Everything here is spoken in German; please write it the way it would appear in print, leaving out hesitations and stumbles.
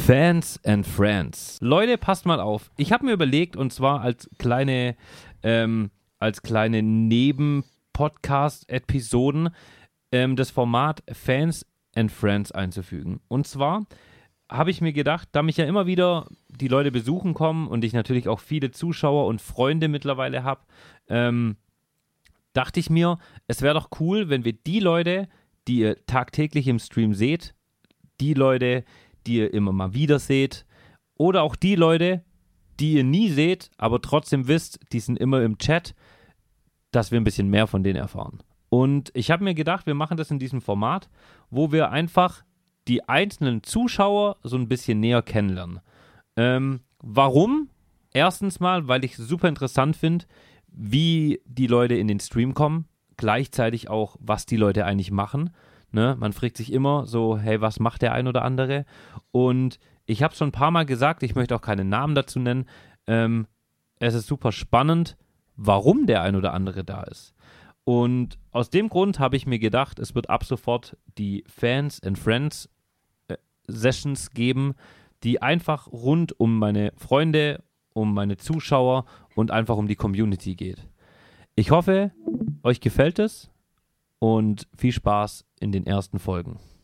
Fans and Friends. Leute, passt mal auf. Ich habe mir überlegt, und zwar als kleine Neben-Podcast-Episoden das Format Fans and Friends einzufügen. Und zwar habe ich mir gedacht, da mich ja immer wieder die Leute besuchen kommen und ich natürlich auch viele Zuschauer und Freunde mittlerweile habe, dachte ich mir, es wäre doch cool, wenn wir die Leute, die ihr tagtäglich im Stream seht, die Leute, die ihr immer mal wieder seht, oder auch die Leute, die ihr nie seht, aber trotzdem wisst, die sind immer im Chat, dass wir ein bisschen mehr von denen erfahren. Und ich habe mir gedacht, wir machen das in diesem Format, wo wir einfach die einzelnen Zuschauer so ein bisschen näher kennenlernen. Warum? Erstens mal, weil ich es super interessant finde, wie die Leute in den Stream kommen, gleichzeitig auch, was die Leute eigentlich machen. Ne? Man fragt sich immer so, hey, was macht der ein oder andere? Und ich habe es schon ein paar Mal gesagt, ich möchte auch keinen Namen dazu nennen. Es ist super spannend, warum der ein oder andere da ist. Und aus dem Grund habe ich mir gedacht, es wird ab sofort die Fans and Friends Sessions geben, die einfach rund um meine Freunde, um meine Zuschauer und einfach um die Community geht. Ich hoffe, euch gefällt es und viel Spaß in den ersten Folgen.